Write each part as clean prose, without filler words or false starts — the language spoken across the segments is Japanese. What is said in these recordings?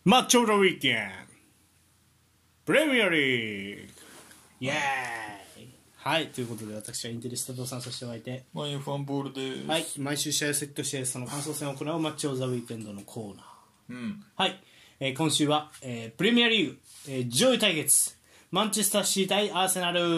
マッチョ・オブ・ザ・ウィーケンドプレミアリーグイエーイ。はい、ということで私はインテリスタとさんそしてお相手マインファンボールです。 はい、毎週試合をセットしてその感想戦を行うマッチ・オブ・ザ・ウィーケンドのコーナー、はい、今週は、プレミアリーグ、上位対決マンチェスターシティ対アーセナル、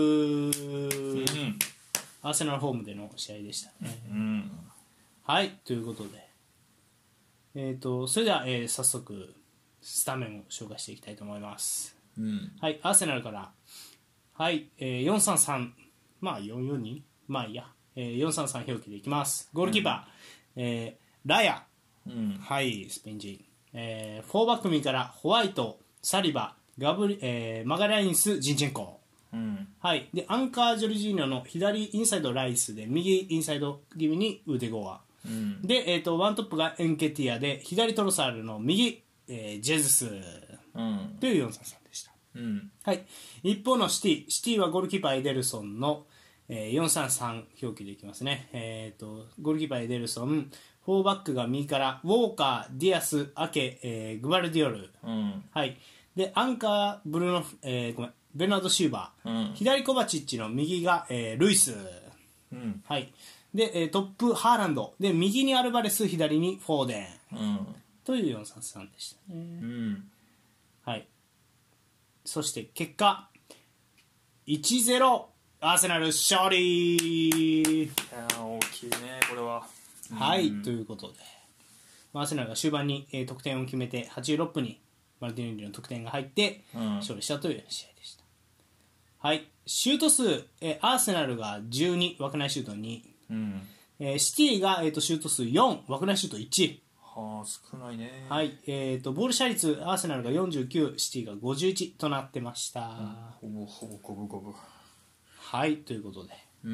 アーセナルホームでの試合でしたね、はい、ということでそれでは、早速スタメンを紹介していきたいと思います、はい、アーセナルからはい、433まあ442まあいいや、433表記でいきます。ゴールキーパー、ラヤ、はい、スペイン人、4バック右からホワイト、サリバ、マガラインス、ジンチェンコ、はい、でアンカージョルジーニョの左インサイドライスで右インサイド気味にウデゴア、で、ワントップがエンケティアで左トロサールの右、ジェズス、という433でした、はい、一方のシティはゴールキーパーエデルソンの、433表記でいきますね、ゴールキーパーエデルソン、4バックが右からウォーカー、ディアス、アケ、グバルディオル、はい、でアンカーブルーノ、ベルナード・シューバー、左コバチッチの右が、ルイス、はい、で、トップハーランドで右にアルバレス、左にフォーデン、という433でしたね、はい、そして結果 1-0 アーセナル勝利。 いや大きいねこれは。 はい、ということでアーセナルが終盤に、得点を決めて86分にマルティネリの得点が入って、勝利したという試合でした。はい、シュート数、アーセナルが12、枠内シュート2、シティが、シュート数4、枠内シュート1、 はあ、少ないね。 はい、ボール射率アーセナルが49、シティが51となってました、 ほぼほぼ五分五分。 はい、ということで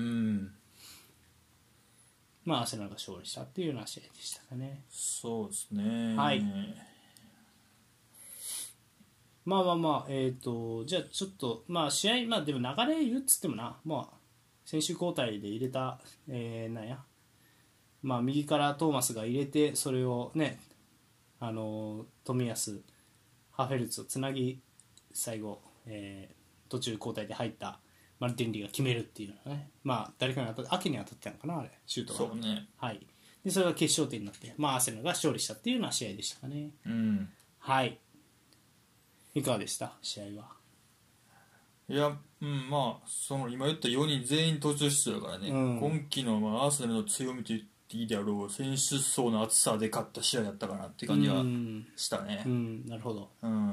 まあアーセナルが勝利したっていうような試合でしたかね。 そうですね。 はい、まあじゃあちょっとまあ試合、まあでも流れ言うっつってもな、まあ選手交代で入れた、なんやまあ右からトーマスが入れてそれをね冨安ハフェルツをつなぎ最後、途中交代で入ったマルティンリが決めるっていうのね、まあ誰かに当たって秋に当たったのかなあれシュートが。 そうね。 はい。でそれが決勝点になってまあアーセナルが勝利したっていうような試合でしたかね。はい。いかがでした試合は。 いや、まあその今言った4人全員途中出場だからね、今季の、まあ、アーセナルの強みと言っていいであろう選手層の厚さで勝った試合だったかなっていう感じはしたね。 なるほど。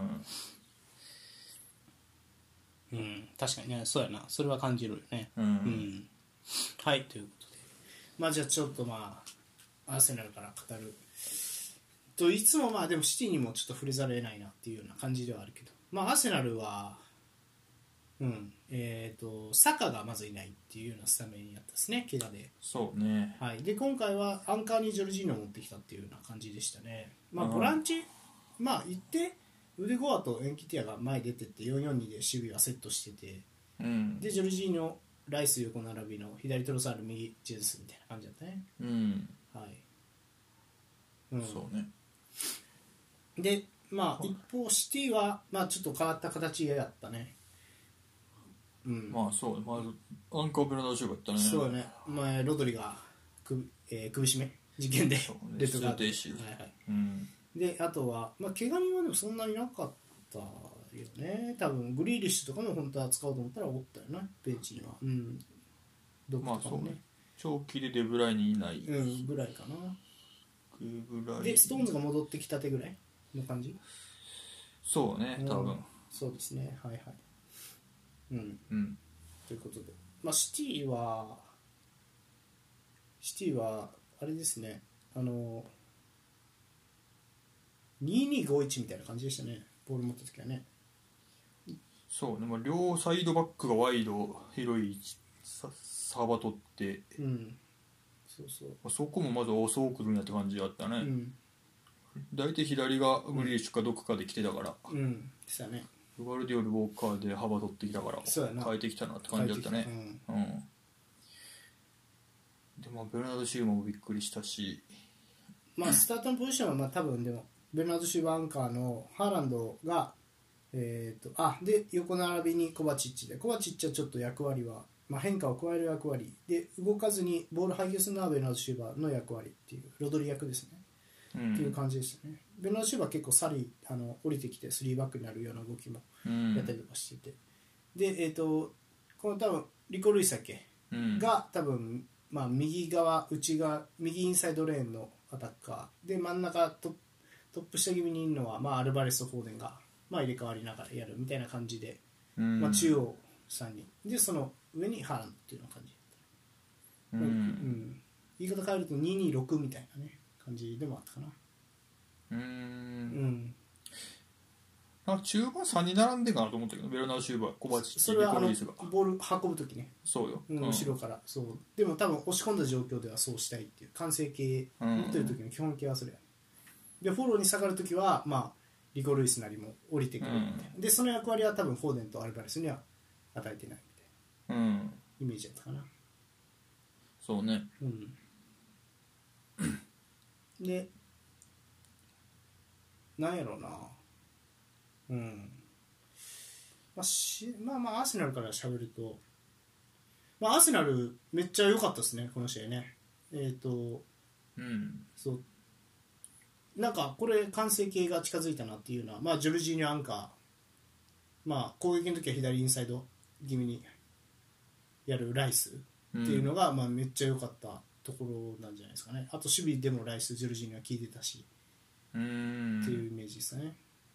確かにね、そうやな、それは感じるよね。はい、ということでまあじゃあちょっとまあアーセナルから語るといつもまあでもシティにもちょっと触れざるを得ないなっていうような感じではあるけど、まあアーセナルはサカがまずいないっていうようなスタメンやったですね、怪我で。 そうね。 はい、で今回はアンカーにジョルジーノを持ってきたっていうような感じでしたね。まあボランチ、まあ行ってウデゴアとエンキティアが前出てって442で守備はセットしてて、でジョルジーノライス横並びの左トロサール右ジェズスみたいな感じだったね。はい、 そうね。 でまあ一方シティはまあちょっと変わった形やったね。 まあそうね、まずアンカーベルナードシューバーだったね。 そうね、まあ、ロドリが首絞め事件でレッドカード、であとは、まあ、怪我人はでもそんなになかったよね。多分グリーリッシュとかも本当は使おうと思ったらおったよなベンチには。どこかもね、 長期でデブライにいないぐらいかな。でストーンズが戻ってきたてぐらいの感じ。 そうね、多分そうですね。はいはい。ということで、まあ、シティはあれですね、2251みたいな感じでしたね、ボール持った時はね。 そうね、まあ、両サイドバックがワイド広い幅取って、そこもまずそうくるんやって感じだったね。大体左がグリーシュかどっかで来てたから、 そうね、 グバルディオルウォーカーで幅取ってきたから変えてきたなって感じだったね。でまあベルナード・シールもびっくりしたし、 まあスタートのポジションはまあ多分でもベルナード・シューバーアンカーのハーランドが、で横並びにコバチッチで、コバチッチはちょっと役割は、変化を加える役割で、動かずにボールを配球するのはベルナード・シューバーの役割っていうロドリ役ですね、っていう感じでしたね。ベルナード・シューバーは結構降りてきて3バックになるような動きもやったりとかしてて、でこの多分リコ・ルイスだっけ、が多分、右側内側右インサイドレーンのアタッカーで、真ん中トップ下気味にいるのは、アルバレスとフォーデンが、入れ替わりながらやるみたいな感じで、中央3人で、その上にハーランドっていうような感じ、言い方変えると226みたいなね感じでもあったかな。 なんか中盤3人並んでかなと思ったけど、ベルナード・シューバー、コバチッチ、リコ・ルイスがボール運ぶときね。 そうよ、 後ろからそう。でも多分押し込んだ状況ではそうしたいっていう完成形持ってるときの基本形はそれや、でフォローに下がるときは、リコ・ルイスなりも降りてくるみたいな、でその役割は多分フォーデンとアルバレスには与えてないみたいな、イメージだったかな。 そうね、 でなんやろうな、アーセナルから喋ると、アーセナルめっちゃ良かったですねこの試合ね。そうなんかこれ完成形が近づいたなっていうのは、ジョルジーニョアンカー、攻撃の時は左インサイド気味にやるライスっていうのが、めっちゃ良かったところなんじゃないですかね。あと守備でもライスジョルジーニョは効いてたしっていうイメージですね。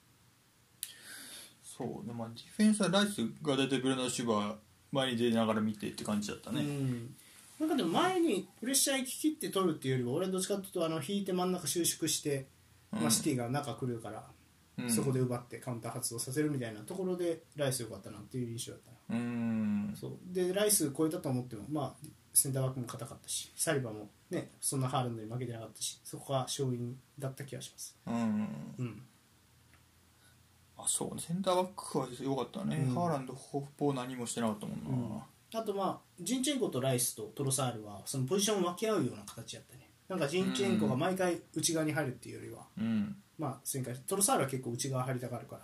そうね、ディフェンスはライスが大体ベルナード・シューバー前に出ながら見てって感じだったね。 なんかでも前にプレッシャー行き切って取るっていうよりは、俺はどっちかというと引いて真ん中収縮して、シティが中来るから、そこで奪ってカウンター発動させるみたいなところでライス良かったなっていう印象だったな。そうでライス超えたと思っても、センターバックも硬かったし、サリバもねそんなハーランドに負けてなかったし、そこが勝因だった気がします。 そうね、センターバックは良かったね。ハーランドほぼ何もしてなかったもんな。 あとジンチェンコとライスとトロサールはそのポジションを分け合うような形やったね。なんかジンチェンコが毎回内側に入るっていうよりは、旋回トロサールは結構内側入りたがるから、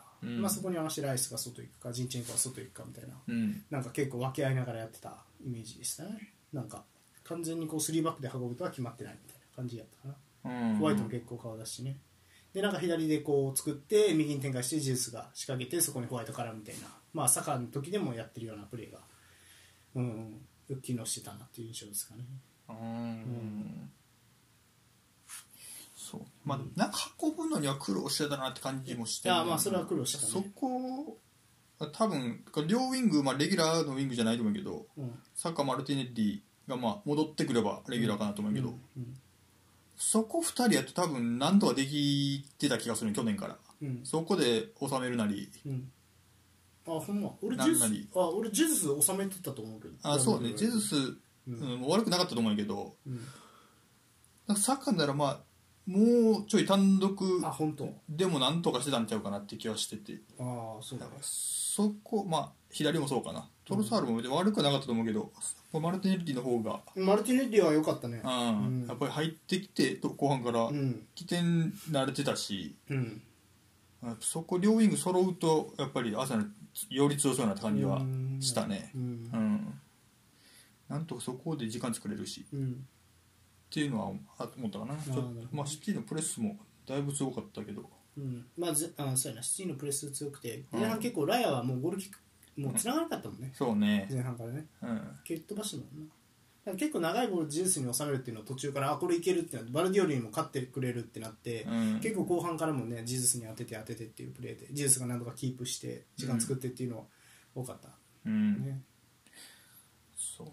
そこに合わせてライスが外行くかジンチェンコが外行くかみたいな、なんか結構分け合いながらやってたイメージでしたね。なんか完全にこう3バックで運ぶとは決まってないみたいな感じやったかな。ホワイトも結構顔出しね。でなんか左でこう作って右に展開してジュースが仕掛けてそこにホワイトからみたいな、サッカーの時でもやってるようなプレーが機能してたなっていう印象ですかね。 そうなんか運ぶのには苦労してたなって感じもして、 それは苦労したね。 そこ多分両ウィング、レギュラーのウィングじゃないと思うけど、サッカーマルティネッリが戻ってくればレギュラーかなと思うけど、そこ2人やと多分何とかできてた気がする去年から、そこで収めるなり、 ほんま俺ジェズス収めてたと思うけど。 そうね、ジェズス、悪くなかったと思うけど、サッカーならもうちょい単独でもなんとかしてたんちゃうかなって気はしてて、 そうだからそこ左もそうかな、トロサールも悪くなかったと思うけど、マルティネッリの方がマルティネッリは良かったね。 やっぱり入ってきて後半から起点慣れてたし、そこ両ウィング揃うとやっぱりアーセナルより強そうな感じはしたね。なんとかそこで時間作れるし、っていうのは思ったかな。シティのプレスもだいぶ強かったけど、 そうやな、シティのプレス強くて、前半結構ラヤはもうゴールキックもう繋がなかったもんね。 そうね、 前半からね、蹴っ飛ばしたもんな。だから結構長いボールジュースに収めるっていうのは途中からこれいけるってなって、バルディオリにも勝ってくれるってなって、結構後半からもねジュースに当ててっていうプレーでジュースが何とかキープして時間作ってっていうのは多かった、 そう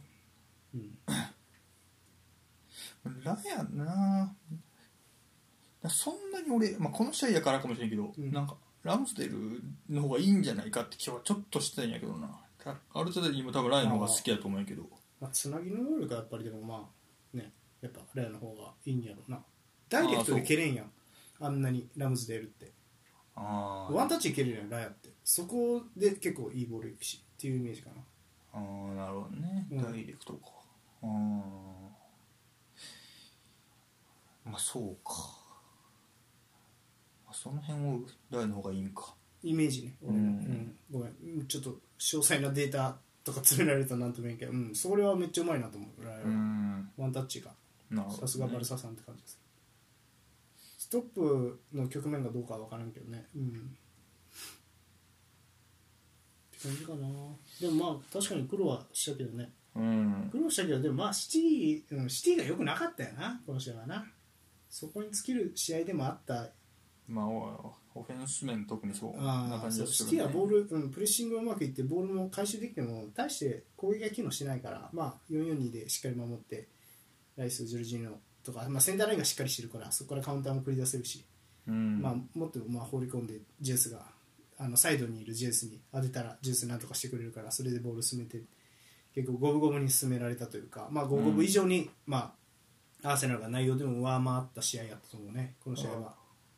ラヤなそんなに俺、この試合やからかもしれんけど、なんかラムスデルの方がいいんじゃないかって気はちょっとしてたんやけどな。アルテタにも多分ラヤの方が好きだと思うんやけど、 つなぎの能力はやっぱりでもやっぱラヤの方がいいんやろうな。ダイレクトで蹴れんやん、あんなにラムスデルって。ワンタッチで蹴れるやんラヤって。そこで結構いいボールいくしっていうイメージかな。 なるほどね、ダイレクトか。そうか、 その辺を誰の方がいいんかイメージね、俺の、ごめんちょっと詳細なデータとか詰められるとなんとも言えんけど、それはめっちゃうまいなと思う。ワンタッチがさすがバルサさんって感じです。ストップの局面がどうかは分からんけどね、って感じかな。でもまあ確かに苦労はしたけどね、苦労したけど、でもまあシティが良くなかったよな、この試合はな。そこに尽きる試合でもあった。 まあオフェンス面特にそうな感じでするね。シティはボール、プレッシングがうまくいってボールも回収できても大して攻撃が機能しないから、まあ 4-4-2 でしっかり守ってライス、ジョルジーノとか、まあ、センターラインがしっかりしてるからそこからカウンターも繰り出せるし、まあ、もっとまあ放り込んでジュースがサイドにいるジュースに当てたらジュースなんとかしてくれるから、それでボール進めて結構五分五分に進められたというか、まあ、五分五分以上に、まあ、アーセナルが内容でも上回った試合やったと思うね、この試合は。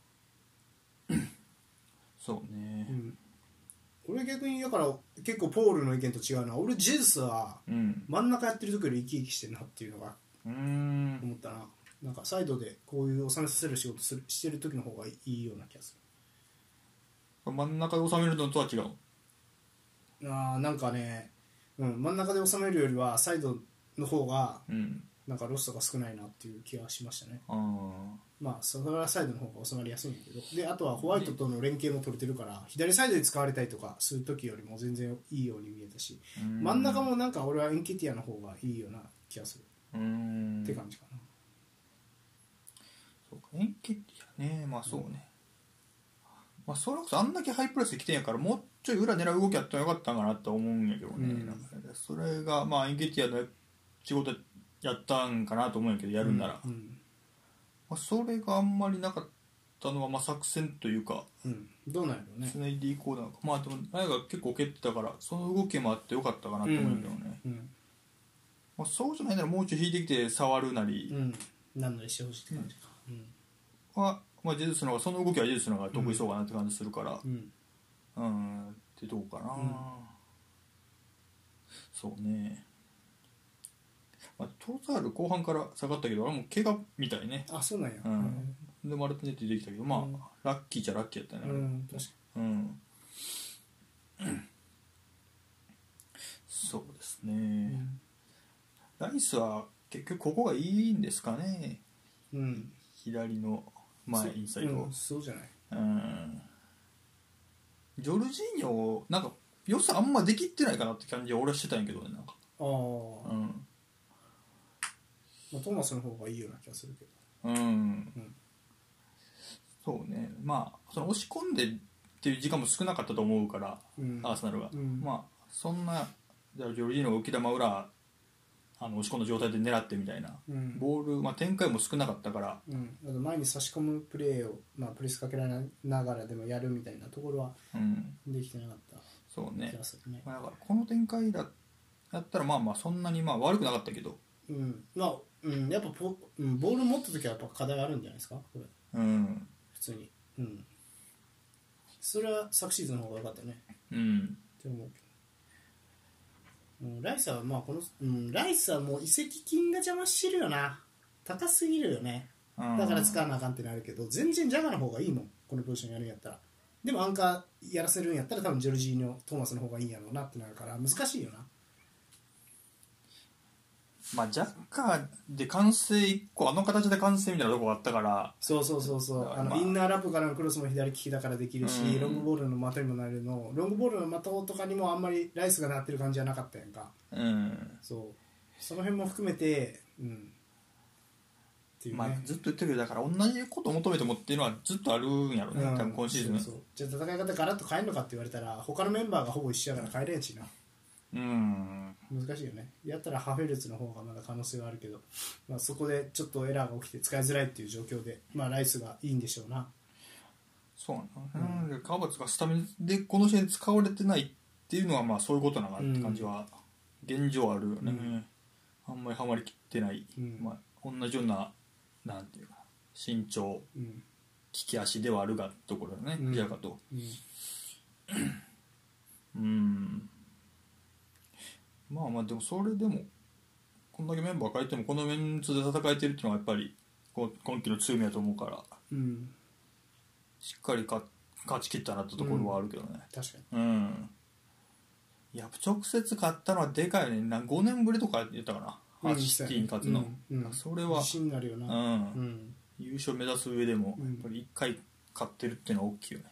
そうね、 俺逆にだから結構ポールの意見と違うのは、俺ジュースは真ん中やってる時より生き生きしてるなっていうのが思ったな。なんかサイドでこういう収めさせる仕事してる時の方がいいような気がする。真ん中で収めるのとは違う。 なんかね、真ん中で収めるよりはサイドの方がなんかロストが少ないなっていう気がしましたね。まあそれはサイドの方が収まりやすいんだけど、であとはホワイトとの連携も取れてるから左サイドで使われたりとかする時よりも全然いいように見えたし、真ん中もなんか俺はエンケティアの方がいいような気がするって感じかな。 そうか、エンケティアね、まあそうね、まあ、それこそあんだけハイプレスで来てんやからもうちょい裏狙う動きやったらよかったんかなと思うんやけどね、なんかね、それがまあエンケティアの仕事やったんかなと思うんやけど、やるんなら、まあ、それがあんまりなかったのはまあ作戦というか、 どうなんやろうね、 つないでいこうなのか、まあでもあやが結構蹴ってたからその動きもあってよかったかなと思うんやけどね、まあ、そうじゃないならもうちょい引いてきて触るなり、 何なりしてほしいって感じか、 まあ、ジェズスの方がその動きはジェズスの方が得意そうかなって感じするから、ってどうかな、そうね、まあ、トータル後半から下がったけどあれも怪我みたいね。 あ、そうなんや、 でマルティネットできたけど、まあ、ラッキーじゃラッキーやったね、 確かに、そうですね、ライスは結局ここがいいんですかね、左の前インサイド、 そうじゃない、 ジョルジーニョなんか良さあんまできってないかなって感じは俺はしてたんやけどね、なんかまあ、トーマスの方がいいような気がするけど、 そうね、まあその押し込んでっていう時間も少なかったと思うから、アーセナルが、まあそんなジョルジーニョが浮き玉裏押し込んだ状態で狙ってみたいな、ボール、まあ、展開も少なかったから、 前に差し込むプレーを、まあ、プレスかけられながらでもやるみたいなところはできてなかった気がするね。 まあ、だからこの展開だったらまあまあそんなにまあ悪くなかったけど、 まあやっぱボール持った時はやっぱ課題あるんじゃないですか、これ、普通に、それは昨シーズンの方が良かったね、って思うけど。ライスはまあライスはもう移籍金が邪魔してるよな、高すぎるよね、だから使わなあかんってなるけど、全然ジャガの方がいいもん、このポジションやるんやったら。でもアンカーやらせるんやったら多分ジョルジーニョ、トーマスの方がいいんやろうなってなるから難しいよな。 まあジャッカーで完成1個あの形で完成みたいなとこがあったから、 そうインナーラップからのクロスも左利きだからできるし、ロングボールの的にもなるの、ロングボールの的とかにもあんまりライスがなってる感じじゃなかったやんか、その辺も含めてっていうね、 まあ、ずっと言ってるけど、だから同じことを求めてもっていうのはずっとあるんやろうね、多分今シーズン。 じゃあ戦い方ガラッと変えるのかって言われたら他のメンバーがほぼ一緒やから変えれんしな、難しいよね。やったらハフェルツの方がまだ可能性はあるけど、まあ、そこでちょっとエラーが起きて使いづらいっていう状況で、まあ、ライスがいいんでしょうな。 そうなの、カバツがスタメンでこの試合で使われてないっていうのはまあそういうことなのかなって感じは現状あるよね、あんまりハマりきってない、まあ、同じようななんていうか身長、利き足ではあるがところだね、ビアカと、まあまあでもそれでもこんだけメンバー変えてもこのメンツで戦えてるっていうのはやっぱり今季の強みだと思うから、 しっかり勝ち切ったなってところはあるけどね、 確かにやっぱ直接勝ったのはでかいよね。5年ぶりとか言ったかな、ハーシティに勝つの、それは自信になるよな、 優勝目指す上でもやっぱり1回勝ってるっていうのは大きいよね。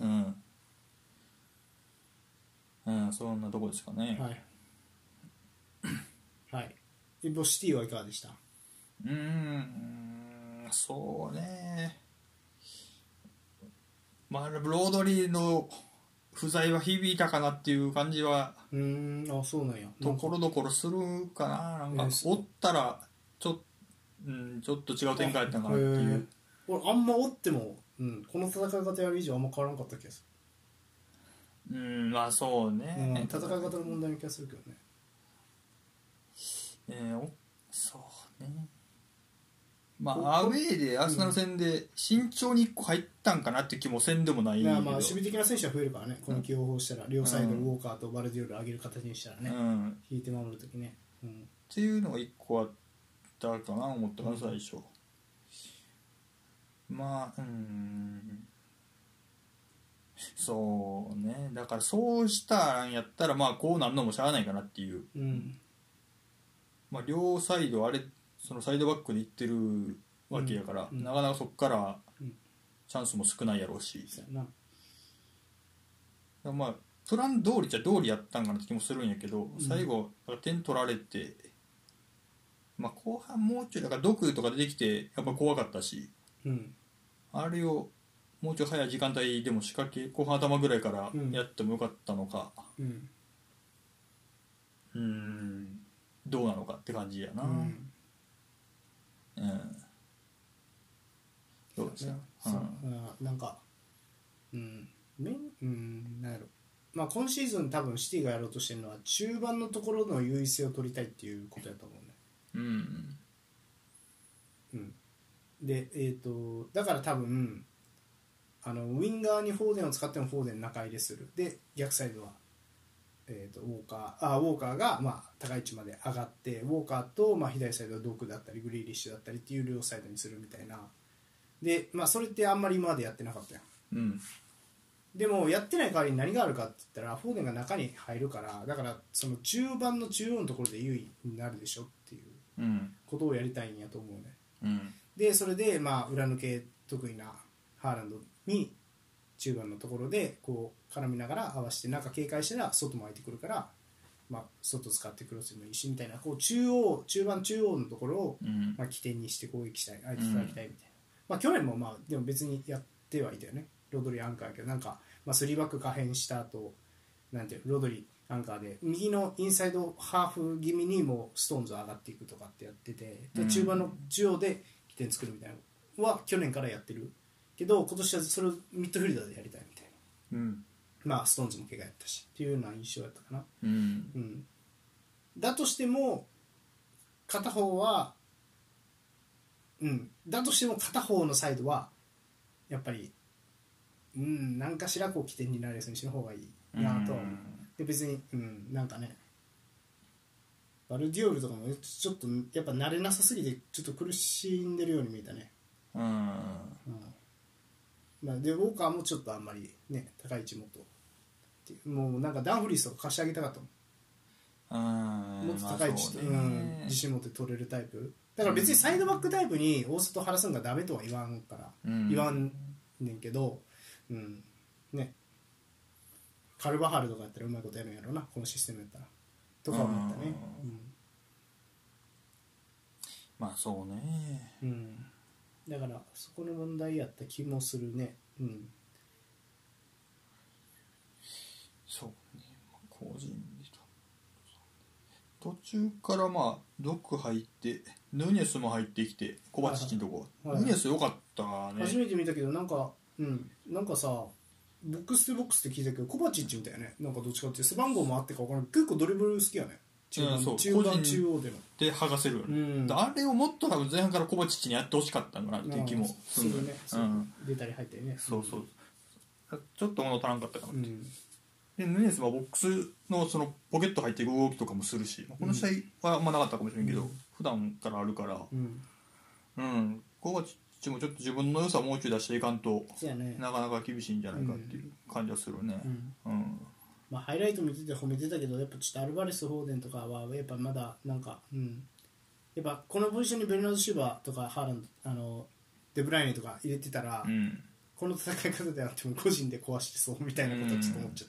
そんなとこですかね。 はい、一方シティはいかがでした？ そうね、まあロードリーの不在は響いたかなっていう感じはそうなんや、 ところどころするかな。なんかおったらちょっと違う展開やったかなっていう。 俺あんまおっても、この戦い方やる以上あんま変わらなかった気がする。まあそうね、 戦い方の問題な気がするけどね。 そうね、まあアウェーでアーセナル戦で慎重に1個入ったんかなって気もせんでもないけど、 まあ守備的な選手は増えるからね、この起用法したら両サイドウォーカーとバルディオル上げる形にしたらね、引いて守るときね、 っていうのが1個あったかな思ったから最初、まあそうね、だからそうしたんやったらまあこうなんのもしゃあないかなっていう、まあ両サイドそのサイドバックでいってるわけやから、なかなかそこからチャンスも少ないやろうし、まあプラン通りじゃ通りやったんかなって気もするんやけど、最後点取られて、まあ後半もうちょいだからドクとか出てきてやっぱ怖かったし、あれをもうちょい早い時間帯でも仕掛け後半頭ぐらいからやってもよかったのか、どうなのかって感じやな。どうですか？ なんかなんやろ、まあ今シーズン多分シティがやろうとしてるのは中盤のところの優位性を取りたいっていうことやと思うね。でだから多分ウィンガーにフォーデンを使ってもフォーデン中入れするで逆サイドは、ウォーカーがまあ高い位置まで上がってウォーカーとまあ左サイドはドクだったりグリーリッシュだったりっていう両サイドにするみたいな。でまあそれってあんまり今までやってなかったよ。でもやってない代わりに何があるかって言ったらフォーデンが中に入るから、だからその中盤の中央のところで優位になるでしょっていうことをやりたいんやと思うね。でそれでまあ裏抜け得意なハーランドに中盤のところでこう絡みながら合わせて中警戒したら外も空いてくるから、まあ、外使ってクロスでもいいしみたいな、こう中盤中央のところをまあ起点にして攻撃したい、相手叩きたいみたいな、まあ、去年もまあでも別にやってはいたよね。ロドリアンカーやけどなんか、まあ、3バック可変した後なんていうロドリアンカーで右のインサイドハーフ気味にもうストーンズ上がっていくとかってやってて、で中盤の中央で起点作るみたいなのは去年からやってるけど、今年はそれをミッドフィルダーでやりたいみたいな、まあストーンズも怪我やったしっていうような印象やったかな。だとしても片方はだとしても片方のサイドはやっぱり何かしらこう起点になる選手の方がいいなとは思う。で別になんかねバルディオールとかもちょっとやっぱ慣れなさすぎてちょっと苦しんでるように見えたね。まあ、でウォーカーもちょっとあんまりね高い位置もっともうなんかダンフリースとか貸してあげたかったもん。もっと高い位置、自信持って取れるタイプだから別にサイドバックタイプに大外張らすのがダメとは言わんから、言わんねんけど、ねカルバハルとかやったらうまいことやるんやろうなこのシステムやったらとか思ったね。 まあそうね、 だからそこの問題やった気もするね。 そうね、個人で途中からまあドック入ってヌニェスも入ってきてコバチッチのとこ、ヌニェス良かったね。 初めて見たけどなんかなんかさボックスボックスって聞いたけどコバチッチみたいね。なんかどっちかっていう背番号もあってか分からない結構ドリブル好きやね。中盤中央でもで剥がせるよね、あれをもっと多分前半からコバチッチにやってほしかったんかなっていう気もするね。 出たり入ったりね。 そうちょっと物足らんかったかなって、でヌニェスはボックスのそのポケット入っていく動きとかもするし、この試合はあんまなかったかもしれんけど、普段からあるからコバチッちもちょっと自分の良さをもうちょい出していかんと、 ね、 なかなか厳しいんじゃないかっていう感じはするね。 まあ、ハイライト見てて褒めてたけど、やっぱちょっとアルバレス、フォーデンとかはやっぱまだなんか、やっぱこのポジションにベルナード・シューバーとかハーランド、デブライネとか入れてたら、この戦い方であっても個人で壊してそうみたいなことをちょっと思っちゃった。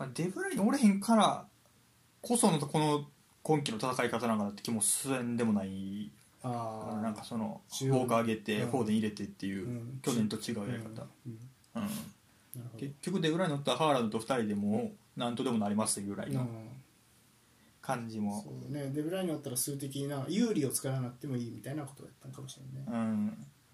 デブライネおれへんからこそのこの今季の戦い方なんかなって気もするんでもない。なんかそのフォーク上げて、フォーデン入れてっていう、去年と違うやり方。結局デブライネ乗ったらハーランドと2人でも何とでもなりますぐらいの感じも、 そうね、デブライネ乗ったら数的な有利を使わなくてもいいみたいなことだったのかもしれないね。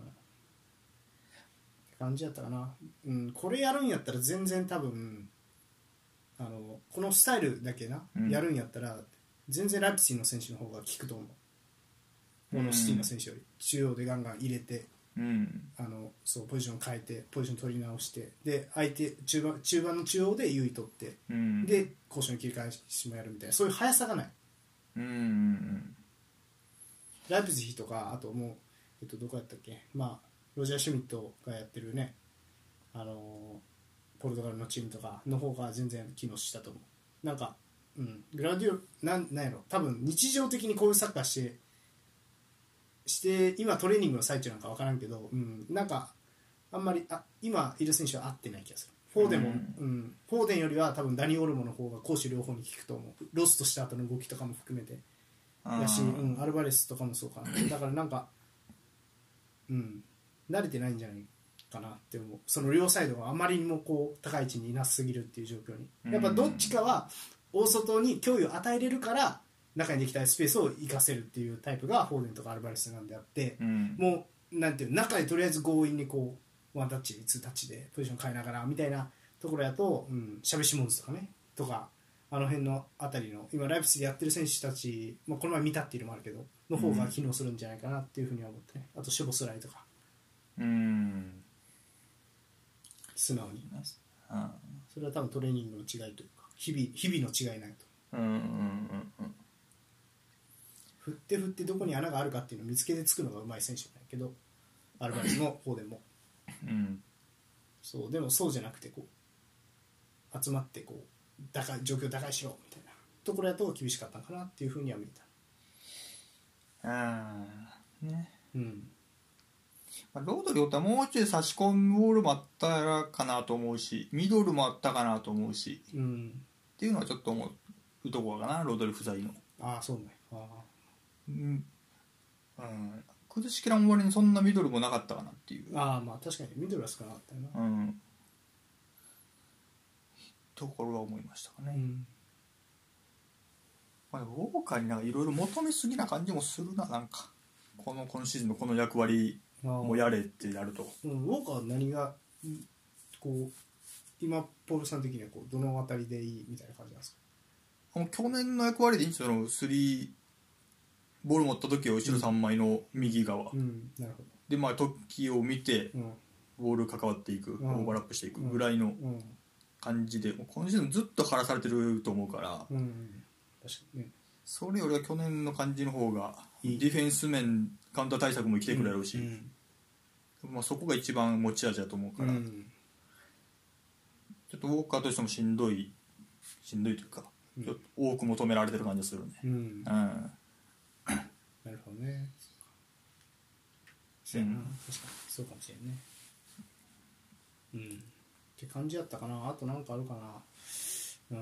って感じだったかな。これやるんやったら全然多分このスタイルだけな、やるんやったら全然ライプツィヒの選手の方が効くと思う。このシティの選手より中央でガンガン入れて、そうポジション変えてポジション取り直してで相手中盤の中央で優位取って、で攻守の切り返しもやるみたいな、そういう速さがない。ライプツィヒとかあともう、どこやったっけ、ロジャー・シュミットがやってるね、ポルトガルのチームとかの方が全然機能したと思う。なんか、グラディオなんやろ、多分日常的にこういうサッカーして今トレーニングの最中なんか分からんけど、なんかあんまり今いる選手は合ってない気がする。フォーデンも、フォーデンよりは多分ダニ・オルモの方が攻守両方に効くと思う。ロストした後の動きとかも含めてやし、アルバレスとかもそうかな。だからなんか、慣れてないんじゃないかなって思う。その両サイドがあまりにもこう高い位置にいなすぎるっていう状況に、やっぱどっちかは大外に脅威を与えれるから中にできたスペースを生かせるっていうタイプがフォーデンとかアルバレスなんであって、もうなんていう中でとりあえず強引にこうワンタッチツータッチでポジション変えながらみたいなところやと、シャベシモンズとかねとかあの辺のあたりの今ライプツィヒでやってる選手たち、この前見たっていうのもあるけどの方が機能するんじゃないかなっていうふうには思ってね。あとショボスライとか素直に、それは多分トレーニングの違いというか日々の違いないと。振ってどこに穴があるかっていうのを見つけてつくのがうまい選手なんだけど、アルバレスの方でも、そうでもそうじゃなくてこう集まってこう状況を打開しろみたいなところやと厳しかったのかなっていうふうには見えた。 ロードリーおったらもうちょい差し込むボールもあったらかなと思うし、ミドルもあったかなと思うし、っていうのはちょっと思うところかな、ロードリー不在の。 そうね。 崩しきらん終わりにそんなミドルもなかったかなっていう。 確かにミドルは少なかったよな。 ところは思いましたかね。ウォーカーになんかいろいろ求めすぎな感じもするな、なんか今シーズンのこの役割もやれってなると。 ウォーカーは何がこう今ポールさん的にはこうどのあたりでいいみたいな感じなんですか。 去年の役割でいいんですよ。3ボール持った時は後ろ3枚の右側、 なるほど。 で時を見てボール関わっていく、オーバーラップしていくぐらいの感じで、今シーズンずっと張らされてると思うから、 確かにね。 それよりは去年の感じの方がディフェンス面カウンター対策も生きてくるやろうし、そこが一番持ち味だと思うから、ちょっとウォーカーとしてもしんどいというか、ちょっと多く求められてる感じがするね。 なるほどね。そうやな、確かにそうかもしれんね。って感じやったかな。あとなんかあるかな。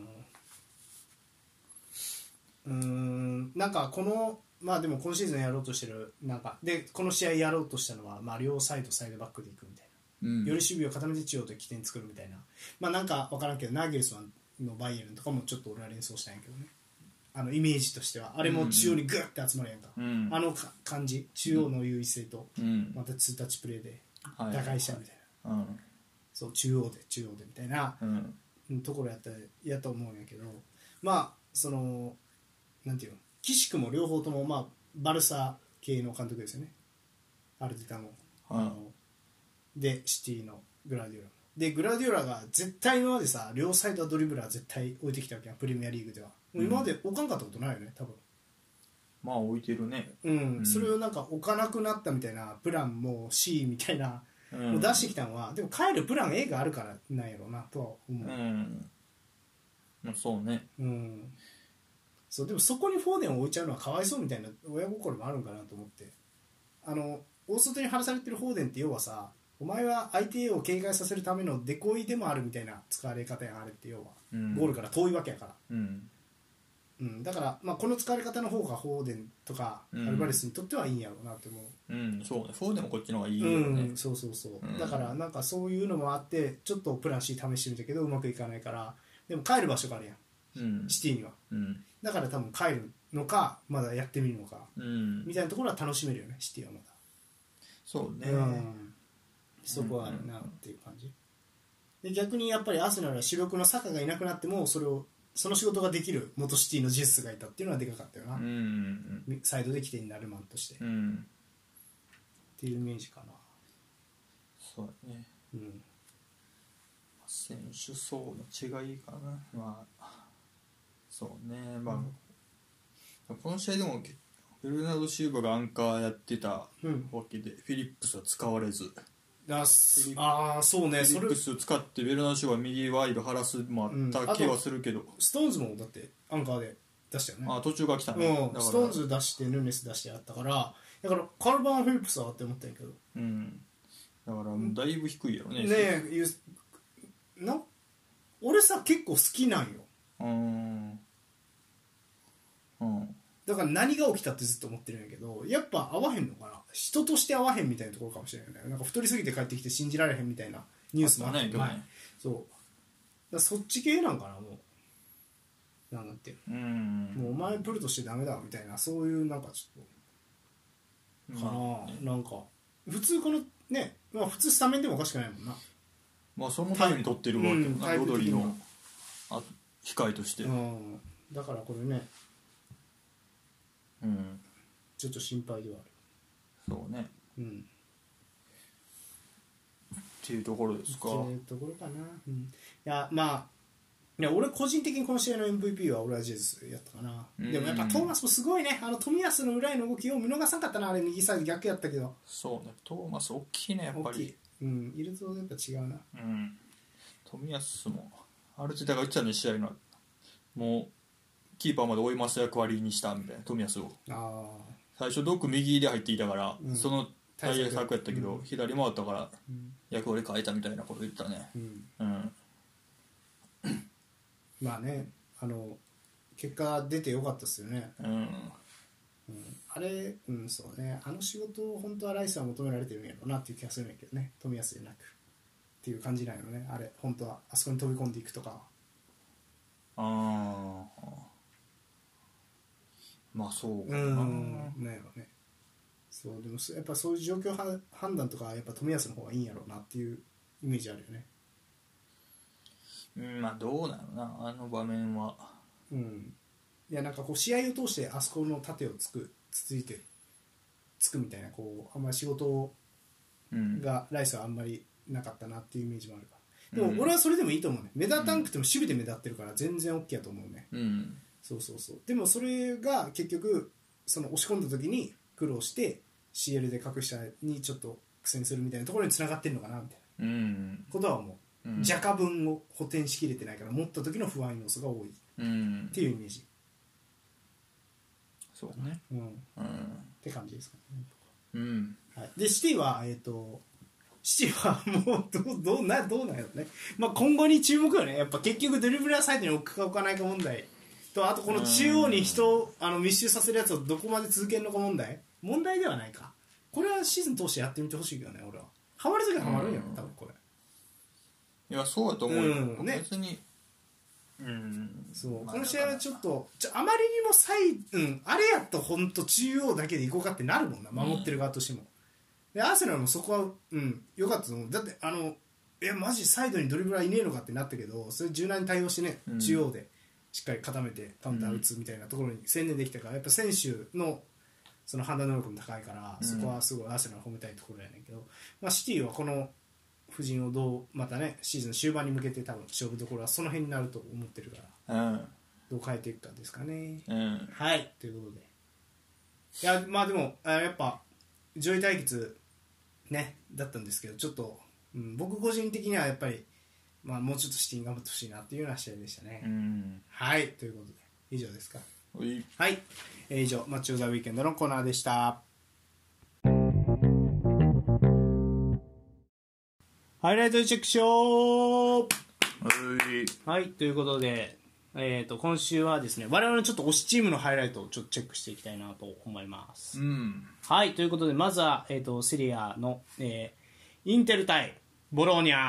なんかこのでも今シーズンやろうとしてるなんかでこの試合やろうとしたのは両サイドバックでいくみたいな、より守備を固めて中央で起点作るみたいな、なんか分からんけどナーゲルスマンのバイエルンとかもちょっと俺は連想したんやけどね。イメージとしてはあれも中央にグッて集まるやんか、感じ中央の優位性と、またツータッチプレーで打開したみたいな、そう中央でみたいな、ところやと思うんやけど、そのなんていうの、岸君も両方ともバルサ系の監督ですよね。アルティタも、でシティのグラディオラで、グラディオラが絶対今までさ両サイドドリブラー絶対置いてきたわけやん、プレミアリーグでは。もう今まで置かんかったことないよね多分。 まあ置いてるね、 それをなんか置かなくなったみたいなプランも C みたいなの出してきたのは、でも帰るプラン A があるからなんやろうなとは思う。 まあ、そうね。 そうでもそこにフォーデンを置いちゃうのはかわいそうみたいな親心もあるんかなと思って、大外に張らされてるフォーデンって要はさ、お前は相手を警戒させるためのデコイでもあるみたいな使われ方やん、あれって要は、ゴールから遠いわけやから、だから、まあ、この使われ方の方がフォーデンとかアルバレスにとってはいいんやろうなって思う。 そうね、フォーデンもこっちの方がいいよね。 そう、だからなんかそういうのもあってちょっとプラン C 試してみたけどうまくいかないから、でも帰る場所があるやん、シティには、だから多分帰るのかまだやってみるのか、みたいなところは楽しめるよね、シティはまだ。 そうね、 そこはあるなっていう感じで、逆にやっぱりアーセナルは主力のサカがいなくなってもその仕事ができる元シティのジェスがいたっていうのはでかかったよな、サイドで起点になるマンとして、っていうイメージかな。 そうだね、選手層の違いかな。まあそうね、まあ、この試合でもベルナード・シューバがアンカーやってたわけで、フィリップスは使われず、 そうね、 フィリップス使ってベルナード・シューバー右ワイド張らすもあった気はするけど、 ストーンズもだってアンカーで出したよね。 途中が来たね、 ストーンズ出してヌネス出してやったから、だからカルバン・フィリップスはって思ったんやけど、 だからだいぶ低いやろね。 俺さ結構好きなんよ。だから何が起きたってずっと思ってるんやけど、やっぱ合わへんのかな、人として合わへんみたいなところかもしれないね。なんか太りすぎて帰ってきて信じられへんみたいなニュースもあって、そうだそっち系なんかな、もうなんだってもうお前プルとしてダメだみたいな、そういうなんかちょっとかな、なんか普通このね、まあ普通スタメンでもおかしくないもんな。 まあそのために取ってるわけよな、ロドリの控えとして、 だからこれね、ちょっと心配ではある。 そうね、っていうところですか。 っていうところかな。いやまあ俺個人的にこの試合の MVP は俺はジェズスやったかな。でもやっぱトーマスもすごいね、冨安の裏への動きを見逃さなかったな、あれ右サイド逆やったけど。 そうね、トーマス大きいねやっぱり。 いるとやっぱ違うな。 冨安もアルテタが言ってたね、試合のもうキーパーまで追います役割にしたみたいな、冨安を。最初ドック右で入っていたから、その対策やったけど、左回ったから役割変えたみたいなこと言ったね。 まあね、結果出てよかったですよね。あれ、そうね、仕事を本当はライスは求められてるんやろうなっていう気がするんやけどね、冨安じゃなくっていう感じなんやろね、あれ本当はあそこに飛び込んでいくとか。 まあそうかな。 なんやろね。そうでもやっぱそういう状況判断とかやっぱ冨安の方がいいんやろうなっていうイメージあるよね。 まあどうなのな、あの場面は。 いやなんかこう試合を通してあそこの盾をついてつくみたいな、こうあんまり仕事がライスはあんまりなかったなっていうイメージもあるから。でも俺はそれでもいいと思うね。目立たんくても守備で目立ってるから全然 OK やと思うね。そうでもそれが結局その押し込んだ時に苦労して CL で格下にちょっと苦戦するみたいなところに繋がってるのかなみたいなことは思う。弱化分を補填しきれてないから持った時の不安要素が多いっていうイメージ。 そうね。 って感じですかね。でシティはもうどうなんやろね。まあ今後に注目よね。やっぱ結局ドリブラーサイドに置くか置かないか問題と、あとこの中央に人を密集させるやつをどこまで続けるのか問題ではないか。これはシーズン通してやってみてほしいけどね、俺は。ハマるときはハマるんやろ多分これ。 いやそうだと思うよ。別にそうこの試合はちょっとあまりにもあれやと本当中央だけでいこうかってなるもんな、守ってる側としても。でアーセナルもそこは良かったと思う。だってマジサイドにドリブラーいねえのかってなったけど、それ柔軟に対応してね、中央でしっかり固めてカウンター打つみたいなところに専念できたから、やっぱ選手のその判断能力も高いから、そこはすごいアーセナル褒めたいところやねんけど、まあ、シティはこの布陣をどうまたねシーズン終盤に向けて多分勝負どころはその辺になると思ってるから、どう変えていくかですかね。はい、ということでいやまあでもやっぱ上位対決ねだったんですけどちょっと、僕個人的にはやっぱり、まあ、もうちょっとシティに頑張ってほしいなっていうような試合でしたね。はいということで以上ですか。はい、以上マッチオブザウィーケンドのコーナーでした。ハイライトチェックしよう。はいということで、今週はですね我々のちょっと推しチームのハイライトをちょっとチェックしていきたいなと思います。はいということでまずは、セリアの、インテル対ボローニャ、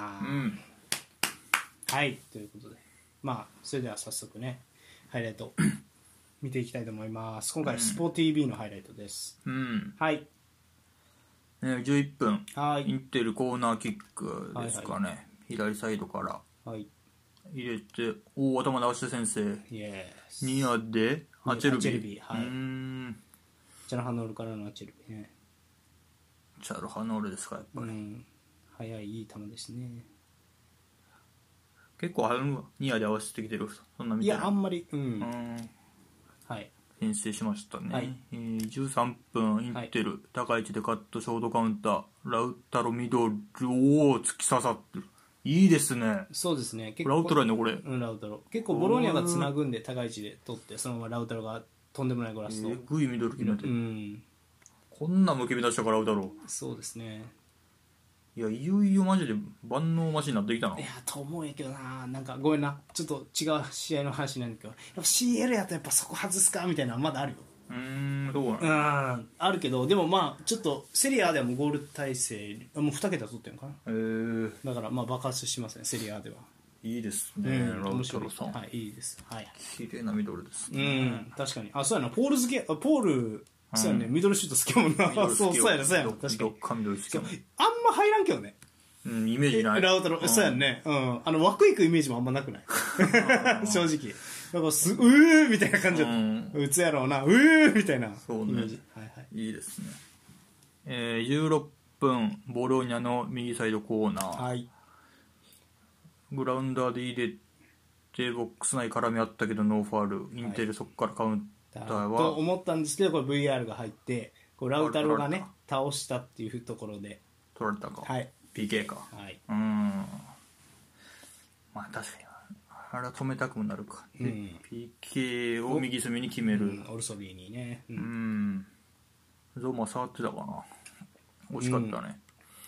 はいということでまあそれでは早速ねハイライト見ていきたいと思います。今回スポー TV のハイライトです。はい 11分、インテルコーナーキックですかね、左サイドから入れて、頭直して先生、ニアでアチェルビ、 チャルハノールからのアチェルビね。 チャルハノールですか、やっぱり、 速いいい球ですね。 結構ニアで合わせてきてる、そんなみたいな。 いやあんまりはい編成しましたね、13分インテル、高い位置でカットショートカウンター、ラウタロミドル、突き刺さってる、いいですね。 そうですねラウタロやねこれ、 ラウタロ結構ボローニャがつなぐんで高い位置で取ってそのままラウタロがとんでもないゴラスとグイミドル決めて、こんなむきみ出したからラウタロ。 そうですね。 いやいよいよマジで万能マシンになってきたな。 いやと思うんやけどな、なんかごめんなちょっと違う試合の話なんだけどやっぱ CL やとやっぱそこ外すかみたいなのまだあるよ。 どうなのあるけどでもまあちょっとセリアではもうゴール体制もう2桁取ってるのかな、だからまあ爆発しますねセリアでは。 いいですね、ラウタロさん、 いいです、 綺麗なミドルですね。 確かにそうやなポールそうやね、ミドルシュート好きやもんな。そうやな確かにあんま入らんけどね、 イメージないラウタロ、そうやね、枠行くイメージもあんまなくない正直なんかみたいな感じだった、打つやろうなみたいなイメージ。 いいですね。16分ボローニャの右サイドコーナー、グラウンダーで入れてボックス内絡みあったけどノーファール、インテルそこからカウンターはと思ったんですけどこれ VR が入ってこうラウタロがね倒したっていうところで取られたか、PK か、まあ確かにあれは止めたくもなるか、PK を右隅に決める、 オルソビーにね、 ゾマ触ってたかな、惜しかったね、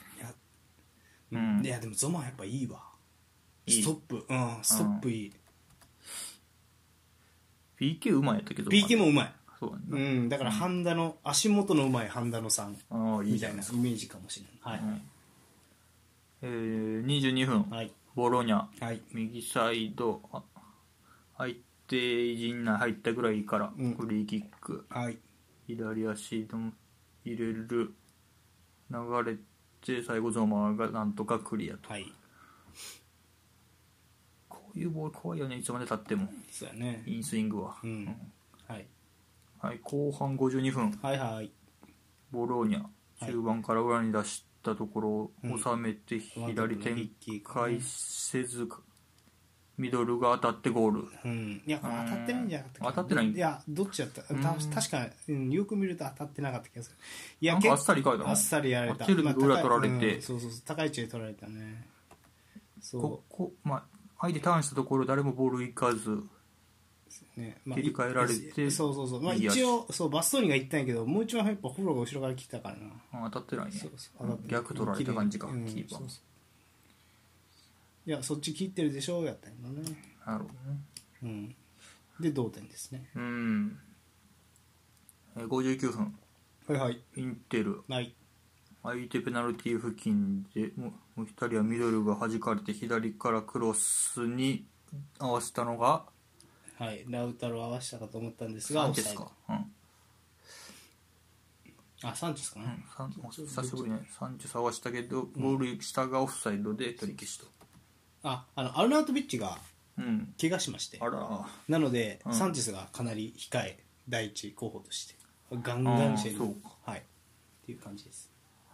いやでもゾマやっぱいいわ、ストップストップいい、 PK うまいやったけど PK もうまい、 そうやな、 だからハンダの足元のうまいハンダのさんみたいなイメージかもしれない。 22分、ボローニャ、右サイド相手陣内入ったぐらいからフリーキック、左足の入れる流れて最後ゾマがなんとかクリアと、こういうボール怖いよね、いつまでたっても。 そうやね、 インスイングは、後半52分、ボローニャ中盤から裏に出したところを収めて左展開せず、ミドルが当たってゴール、 いや当たってないんじゃなかったっけ。 当たってないんだ。 いやどっちだった、確かに、よく見ると当たってなかった気がする。いやなんかあっさりいかれたの、 あっさりやられた、 裏取られて、 そう高い位置で取られたね。 相手ターンしたところ誰もボールいかず、切り替えられて、 一応バストーニが行ったんやけどもう一番やっぱフォローが後ろから来たからな、 当たってないね、逆取られた感じか、キーパー。 いやそっち切ってるでしょやったんやね。 なるほどね。 で同点ですね。 59分、インテル、相手ペナルティー付近でもう一人はミドルが弾かれて左からクロスに合わせたのが、 ラウタロを合わせたかと思ったんですが、 サンチェスか、 サンチェスかな、 久しぶりね、サンチェス合わせたけどゴール下がオフサイドで取り消しと。 アルナウトビッチが怪我しまして、なので、サンチェスがかなり控え第一候補としてガンガンしてるっていう感じです。